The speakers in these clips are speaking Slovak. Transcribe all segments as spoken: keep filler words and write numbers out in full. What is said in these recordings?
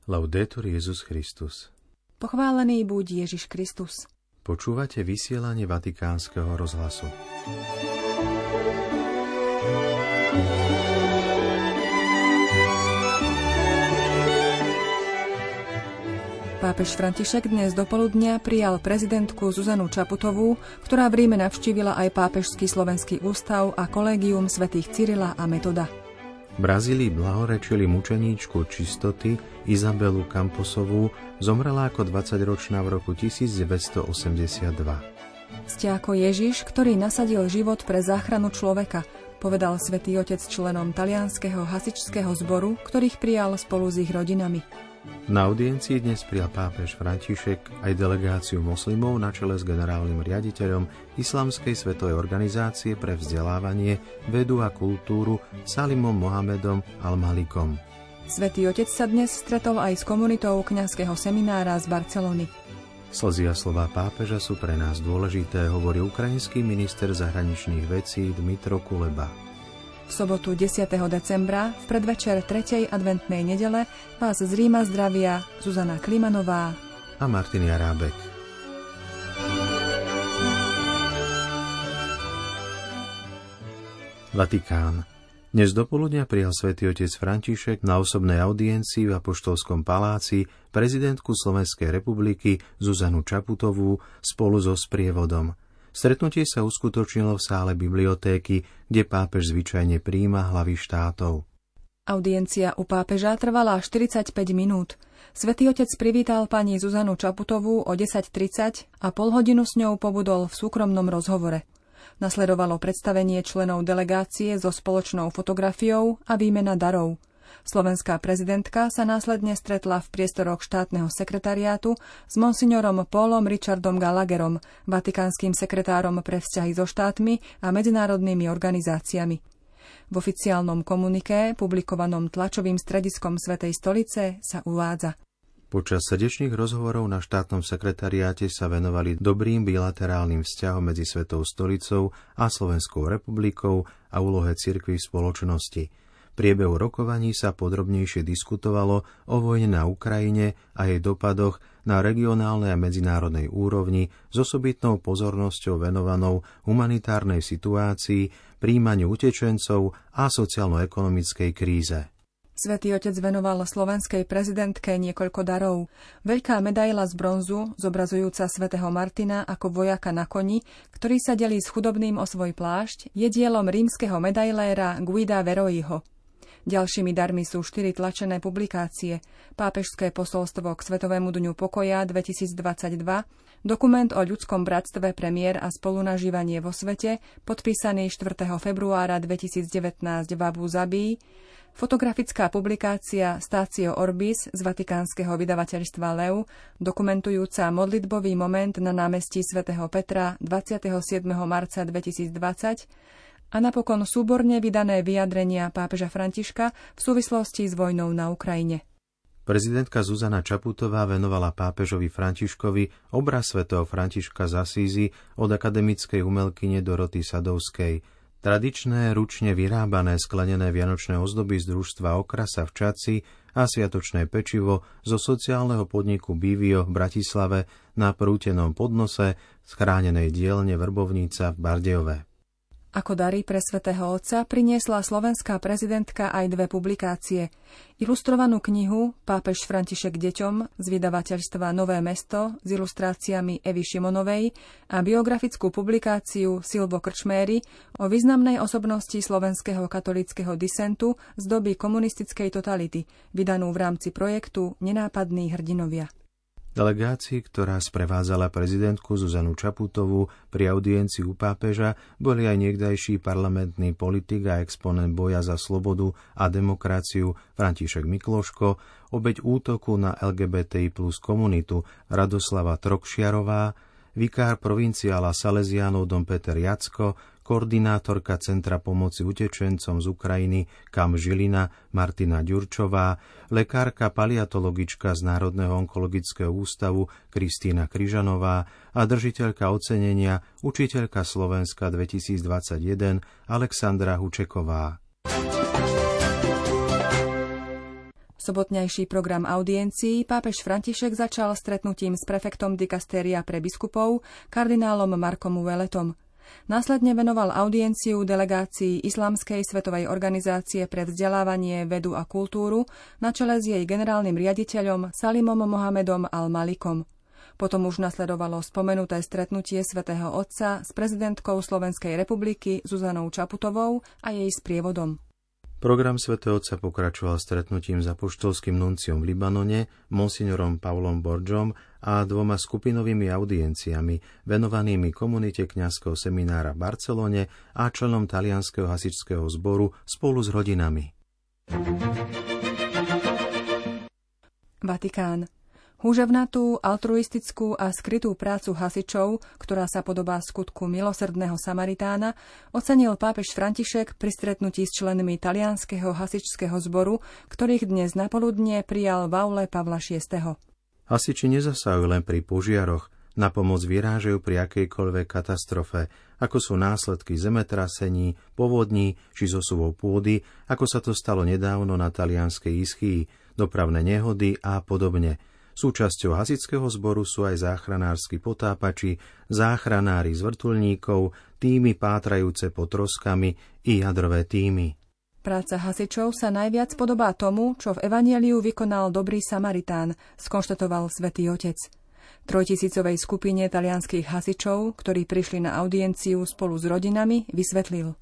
Laudetur Jesus Christus. Pochválený buď Ježiš Kristus. Počúvate vysielanie Vatikánskeho rozhlasu. Pápež František dnes dopoludnia prijal prezidentku Zuzanu Čaputovú, ktorá v Ríme navštívila aj Pápežský slovenský ústav a kolégium svätých Cyrila a Metoda. V Brazílii blahorečili mučeníčku čistoty Izabelu Camposovú, zomrela ako dvadsaťročná v roku devätnásťstoosemdesiatdva. Ste ako Ježiš, ktorý nasadil život pre záchranu človeka, povedal Svätý Otec členom talianskeho hasičského zboru, ktorých prijal spolu s ich rodinami. Na audiencii dnes prijal pápež František aj delegáciu moslimov na čele s generálnym riaditeľom Islamskej svetovej organizácie pre vzdelávanie, vedu a kultúru Salimom Mohamedom Al-Malikom. Svätý Otec sa dnes stretol aj s komunitou kňazského seminára z Barcelony. Slzy a slová pápeža sú pre nás dôležité, hovorí ukrajinský minister zahraničných vecí Dmytro Kuleba. V sobotu desiateho decembra, v predvečer tretej adventnej nedele, vás z Ríma zdravia Zuzana Klimanová a Martin Jarábek. Vatikán. Dnes dopoludnia prijal Svätý Otec František na osobnej audiencii v Apoštolskom paláci prezidentku Slovenskej republiky Zuzanu Čaputovú spolu so sprievodom. Stretnutie sa uskutočnilo v sále bibliotéky, kde pápež zvyčajne prijíma hlavy štátov. Audiencia u pápeža trvala štyridsaťpäť minút. Svätý Otec privítal pani Zuzanu Čaputovú o desať tridsať a pol hodinu s ňou pobudol v súkromnom rozhovore. Nasledovalo predstavenie členov delegácie so spoločnou fotografiou a výmena darov. Slovenská prezidentka sa následne stretla v priestoroch štátneho sekretariátu s monsignorom Paulom Richardom Gallagherom, vatikánskym sekretárom pre vzťahy so štátmi a medzinárodnými organizáciami. V oficiálnom komuniké, publikovanom tlačovým strediskom Svätej stolice, sa uvádza: Počas srdečných rozhovorov na štátnom sekretariáte sa venovali dobrým bilaterálnym vzťahom medzi Svetou stolicou a Slovenskou republikou a úlohe cirkvi v spoločnosti. V priebehu rokovaní sa podrobnejšie diskutovalo o vojne na Ukrajine a jej dopadoch na regionálnej a medzinárodnej úrovni s osobitnou pozornosťou venovanou humanitárnej situácii, prijímaniu utečencov a sociálno-ekonomickej kríze. Svätý Otec venoval slovenskej prezidentke niekoľko darov. Veľká medaila z bronzu, zobrazujúca svätého Martina ako vojaka na koni, ktorý sa delí s chudobným o svoj plášť, je dielom rímskeho medailéra Guida Veroiho. Ďalšími darmi sú štyri tlačené publikácie: Pápežské posolstvo k Svetovému dňu pokoja dvetisícdvadsaťdva, dokument o ľudskom bratstve pre mier a spolunažívanie vo svete, podpísaný štvrtého februára dvetisícdevätnásť v Abu Zabii, fotografická publikácia Statio Orbis z vatikánskeho vydavateľstva Leu, dokumentujúca modlitbový moment na námestí svätého Petra dvadsiateho siedmeho marca dvetisícdvadsať, a napokon súborne vydané vyjadrenia pápeža Františka v súvislosti s vojnou na Ukrajine. Prezidentka Zuzana Čaputová venovala pápežovi Františkovi obraz svätého Františka z Asízy od akademickej umelkyne Doroty Sadovskej. Tradičné, ručne vyrábané sklenené vianočné ozdoby z družstva Okrasa v Čadci a sviatočné pečivo zo sociálneho podniku Bivio v Bratislave na prútenom podnose z chránenej dielne Vrbovnica v Bardejove. Ako dary pre svätého Otca priniesla slovenská prezidentka aj dve publikácie. Ilustrovanú knihu Pápež František deťom z vydavateľstva Nové mesto s ilustráciami Evy Šimonovej a biografickú publikáciu Silvo Krčméry o významnej osobnosti slovenského katolíckeho disentu z doby komunistickej totality, vydanú v rámci projektu Nenápadní hrdinovia. Delegácii, ktorá sprevádzala prezidentku Zuzanu Čaputovú pri audiencii u pápeža, boli aj niekdajší parlamentný politik a exponent boja za slobodu a demokraciu František Mikloško, obeť útoku na el gé bé té í plus komunitu Radoslava Trokšiarová, vikár provinciála Salesiánov Dom Peter Jacko, koordinátorka Centra pomoci utečencom z Ukrajiny Kam Žilina Martina Ďurčová, lekárka paliatologička z Národného onkologického ústavu Kristína Kryžanová a držiteľka ocenenia Učiteľka Slovenska dvetisícdvadsaťjeden Alexandra Hučeková. Sobotnejší program audiencií pápež František začal stretnutím s prefektom dikastéria pre biskupov, kardinálom Markom Ouelletom. Následne venoval audienciu delegácii Islamskej svetovej organizácie pre vzdelávanie, vedu a kultúru na čele s jej generálnym riaditeľom Salimom Mohamedom al-Malikom. Potom už nasledovalo spomenuté stretnutie svätého Otca s prezidentkou Slovenskej republiky Zuzanou Čaputovou a jej sprievodom. Program svätého Otca pokračoval stretnutím s apoštolským nunciom v Libanone, monsignorom Pavlom Borgom a dvoma skupinovými audienciami venovanými komunite kňazského seminára v Barcelone a členom talianskeho hasičského zboru spolu s rodinami. Vatikán. Húževnatú, altruistickú a skrytú prácu hasičov, ktorá sa podobá skutku milosrdného Samaritána, ocenil pápež František pri stretnutí s členmi talianskeho hasičského zboru, ktorých dnes napoludnie prijal v aule Pavla šiesteho. Hasiči nezasahujú len pri požiaroch, na pomoc vyrážajú pri akejkoľvek katastrofe, ako sú následky zemetrasení, povodní či zosuvov pôdy, ako sa to stalo nedávno na talianskej Ischii, dopravné nehody a podobne. Súčasťou hasičského zboru sú aj záchranársky potápači, záchranári z vrtuľníkov, týmy pátrajúce pod troskami i jadrové týmy. Práca hasičov sa najviac podobá tomu, čo v Evanjeliu vykonal dobrý Samaritán, skonštatoval svätý Otec. Trojtisícovej skupine talianskych hasičov, ktorí prišli na audienciu spolu s rodinami, vysvetlil.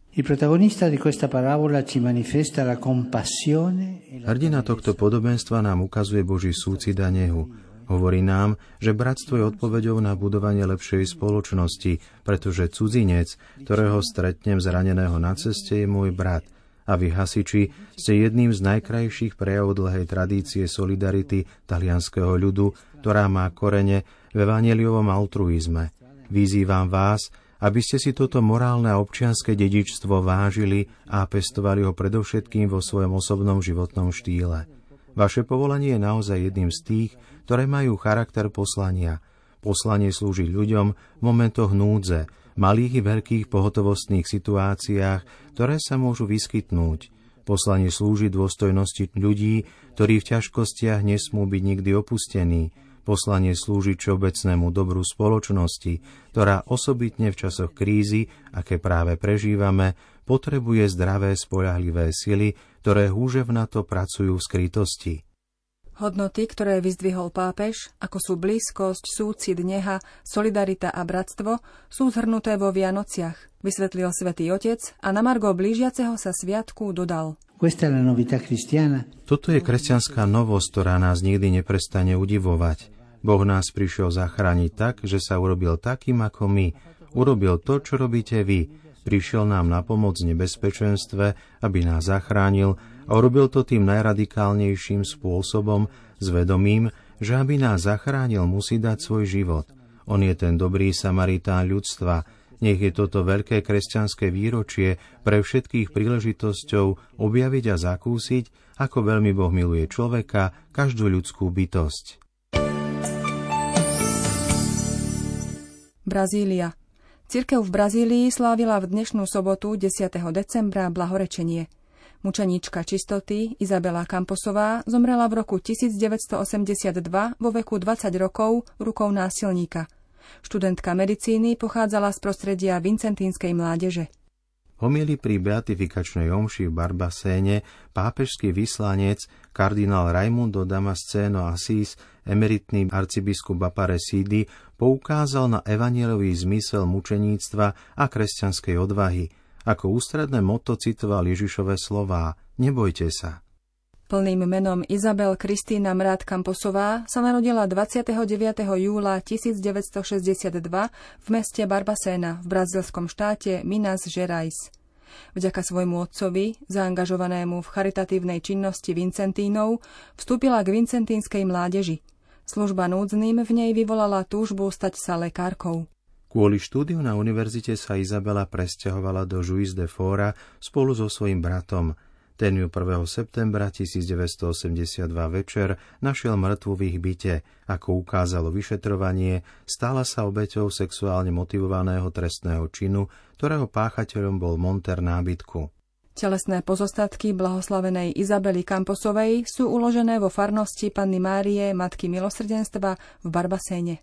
Hrdina tohto podobenstva nám ukazuje Boží súcit a nehu. Hovorí nám, že bratstvo je odpoveďou na budovanie lepšej spoločnosti, pretože cudzinec, ktorého stretnem zraneného na ceste, je môj brat. A vy, hasiči, ste jedným z najkrajších prejavov dlhej tradície solidarity talianskeho ľudu, ktorá má korene v evanjeliovom altruizme. Vyzývam vás, aby ste si toto morálne a občianske dedičstvo vážili a pestovali ho predovšetkým vo svojom osobnom životnom štýle. Vaše povolanie je naozaj jedným z tých, ktoré majú charakter poslania. Poslanie slúži ľuďom v momentoch núdze, malých i veľkých pohotovostných situáciách, ktoré sa môžu vyskytnúť. Poslanie slúži dôstojnosti ľudí, ktorí v ťažkostiach nesmú byť nikdy opustení. Poslanie slúži všeobecnému dobru spoločnosti, ktorá osobitne v časoch krízy, aké práve prežívame, potrebuje zdravé, spoľahlivé sily, ktoré húževnato pracujú v skrytosti. Hodnoty, ktoré vyzdvihol pápež, ako sú blízkosť, súcit, neha, solidarita a bratstvo, sú zhrnuté vo Vianociach, vysvetlil svätý Otec a na margo blížiaceho sa sviatku dodal. Toto je kresťanská novosť, ktorá nás nikdy neprestane udivovať. Boh nás prišiel zachrániť tak, že sa urobil takým ako my. Urobil to, čo robíte vy. Prišiel nám na pomoc v nebezpečenstve, aby nás zachránil, a urobil to tým najradikálnejším spôsobom, s vedomím, že aby nás zachránil, musí dať svoj život. On je ten dobrý Samaritán ľudstva. Nech je toto veľké kresťanské výročie pre všetkých príležitosťou objaviť a zakúsiť, ako veľmi Boh miluje človeka, každú ľudskú bytosť. Brazília. Cirkev v Brazílii slávila v dnešnú sobotu desiateho decembra blahorečenie. Mučeníčka čistoty Izabela Camposová zomrela v roku devätnásťstoosemdesiatdva vo veku dvadsať rokov rukou násilníka. Študentka medicíny pochádzala z prostredia vincentínskej mládeže. Homieli pri beatifikačnej omši v Barbaséne pápežský vyslanec kardinál Raimundo Damasceno Assis, emeritný arcibiskup Aparecidi, poukázal na evanjelový zmysel mučeníctva a kresťanskej odvahy. Ako ústredné motto citoval Ježišove slová: Nebojte sa. Plným menom Izabel Kristína Mrát Camposová sa narodila dvadsiateho deviateho júla tisícdeväťstošesťdesiatdva v meste Barbacena v brazílskom štáte Minas Gerais. Vďaka svojmu otcovi, zaangažovanému v charitatívnej činnosti Vincentínov, vstúpila k vincentínskej mládeži. Služba núdznym v nej vyvolala túžbu stať sa lekárkou. Kvôli štúdiu na univerzite sa Izabela presťahovala do Juiz de Fora spolu so svojím bratom. Ten ju prvého septembra tisícdeväťstoosemdesiatdva večer našiel mŕtvu v ich byte. Ako ukázalo vyšetrovanie, stala sa obeťou sexuálne motivovaného trestného činu, ktorého páchateľom bol monter nábytku. Telesné pozostatky blahoslavenej Izabely Kamposovej sú uložené vo farnosti Panny Márie Matky milosrdenstva v Barbaséne.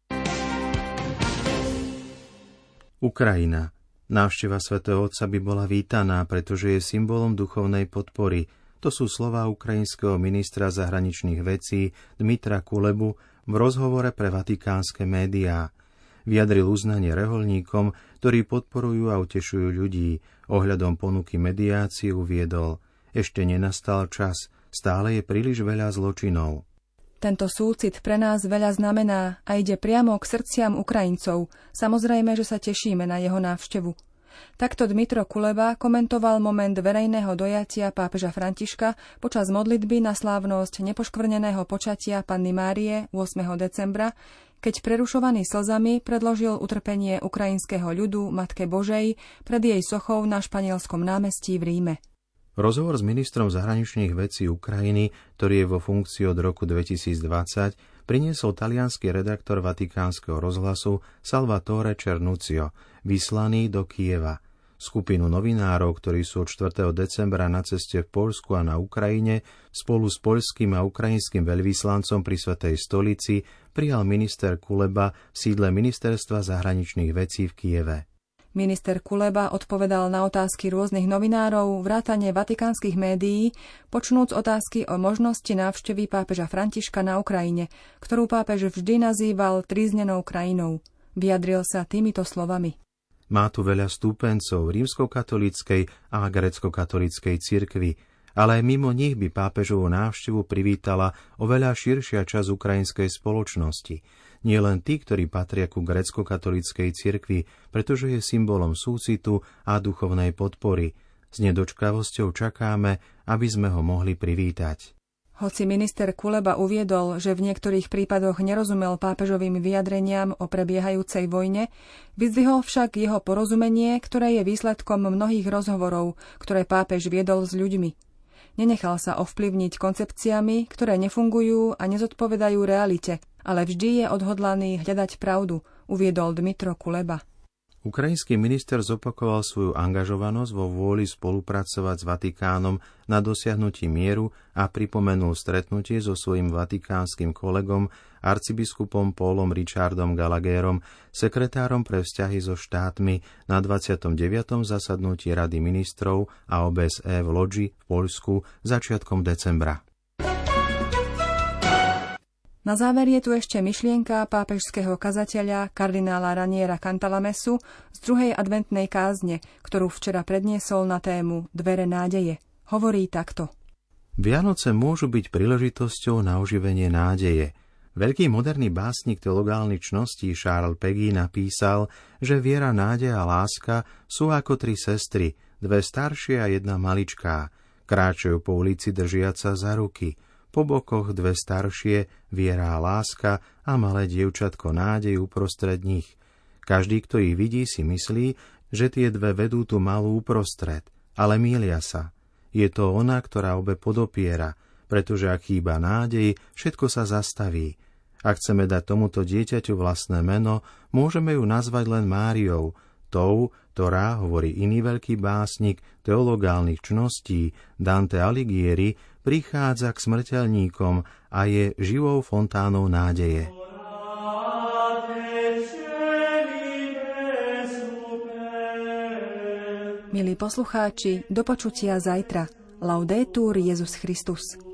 Ukrajina. Návšteva svätého Otca by bola vítaná, pretože je symbolom duchovnej podpory. To sú slová ukrajinského ministra zahraničných vecí Dmitra Kulebu v rozhovore pre vatikánske médiá. Vyjadril uznanie reholníkom, ktorí podporujú a utešujú ľudí. Ohľadom ponuky mediácie uviedol: ešte nenastal čas, stále je príliš veľa zločinov. Tento súcit pre nás veľa znamená a ide priamo k srdciam Ukrajincov. Samozrejme, že sa tešíme na jeho návštevu. Takto Dmytro Kuleba komentoval moment verejného dojatia pápeža Františka počas modlitby na slávnosť nepoškvrneného počatia Panny Márie ôsmeho decembra, keď prerušovaný slzami predložil utrpenie ukrajinského ľudu Matke Božej pred jej sochou na Španielskom námestí v Ríme. Rozhovor s ministrom zahraničných vecí Ukrajiny, ktorý je vo funkcii od roku dvetisícdvadsať, priniesol taliansky redaktor Vatikánskeho rozhlasu Salvatore Cernuccio, vyslaný do Kyjeva. Skupinu novinárov, ktorí sú od štvrtého decembra na ceste v Poľsku a na Ukrajine, spolu s poľským a ukrajinským veľvyslancom pri Svätej stolici prijal minister Kuleba v sídle Ministerstva zahraničných vecí v Kyjeve. Minister Kuleba odpovedal na otázky rôznych novinárov vrátane vatikánskych médií, počnúc otázky o možnosti návštevy pápeža Františka na Ukrajine, ktorú pápež vždy nazýval tríznenou krajinou. Vyjadril sa týmito slovami. Má tu veľa stúpencov rímskokatolíckej a gréckokatolíckej cirkvi, ale aj mimo nich by pápežovú návštevu privítala oveľa širšia časť ukrajinskej spoločnosti. Nie len tí, ktorí patria ku gréckokatolíckej cirkvi, pretože je symbolom súcitu a duchovnej podpory. S nedočkavosťou čakáme, aby sme ho mohli privítať. Hoci minister Kuleba uviedol, že v niektorých prípadoch nerozumel pápežovým vyjadreniam o prebiehajúcej vojne, vyzdvihol však jeho porozumenie, ktoré je výsledkom mnohých rozhovorov, ktoré pápež viedol s ľuďmi. Nenechal sa ovplyvniť koncepciami, ktoré nefungujú a nezodpovedajú realite, ale vždy je odhodlaný hľadať pravdu, uviedol Dmytro Kuleba. Ukrajinský minister zopakoval svoju angažovanosť vo vôli spolupracovať s Vatikánom na dosiahnutí mieru a pripomenul stretnutie so svojím vatikánskym kolegom, arcibiskupom Paulom Richardom Gallagherom, sekretárom pre vzťahy so štátmi na dvadsiatom deviatom zasadnutí Rady ministrov a O B S E v Lodži v Poľsku začiatkom decembra. Na záver je tu ešte myšlienka pápežského kazateľa kardinála Raniera Cantalamesu z druhej adventnej kázne, ktorú včera predniesol na tému Dvere nádeje. Hovorí takto. Vianoce môžu byť príležitosťou na oživenie nádeje. Veľký moderný básnik teologálnych čností Charles Péguy napísal, že viera, nádej a láska sú ako tri sestry, dve staršie a jedna maličká. Kráčajú po ulici držiaca za ruky. Po bokoch dve staršie, viera a láska a malé dievčatko nádej uprostred nich. Každý, kto ich vidí, si myslí, že tie dve vedú tú malú uprostred, ale mýlia sa. Je to ona, ktorá obe podopiera, pretože ak chýba nádej, všetko sa zastaví. Ak chceme dať tomuto dieťaťu vlastné meno, môžeme ju nazvať len Máriou, tou, ktorá, hovorí iný veľký básnik teologálnych čností Dante Alighieri, prichádza k smrteľníkom a je živou fontánou nádeje. Milí poslucháči, do počutia zajtra. Laudetur Jesus Christus.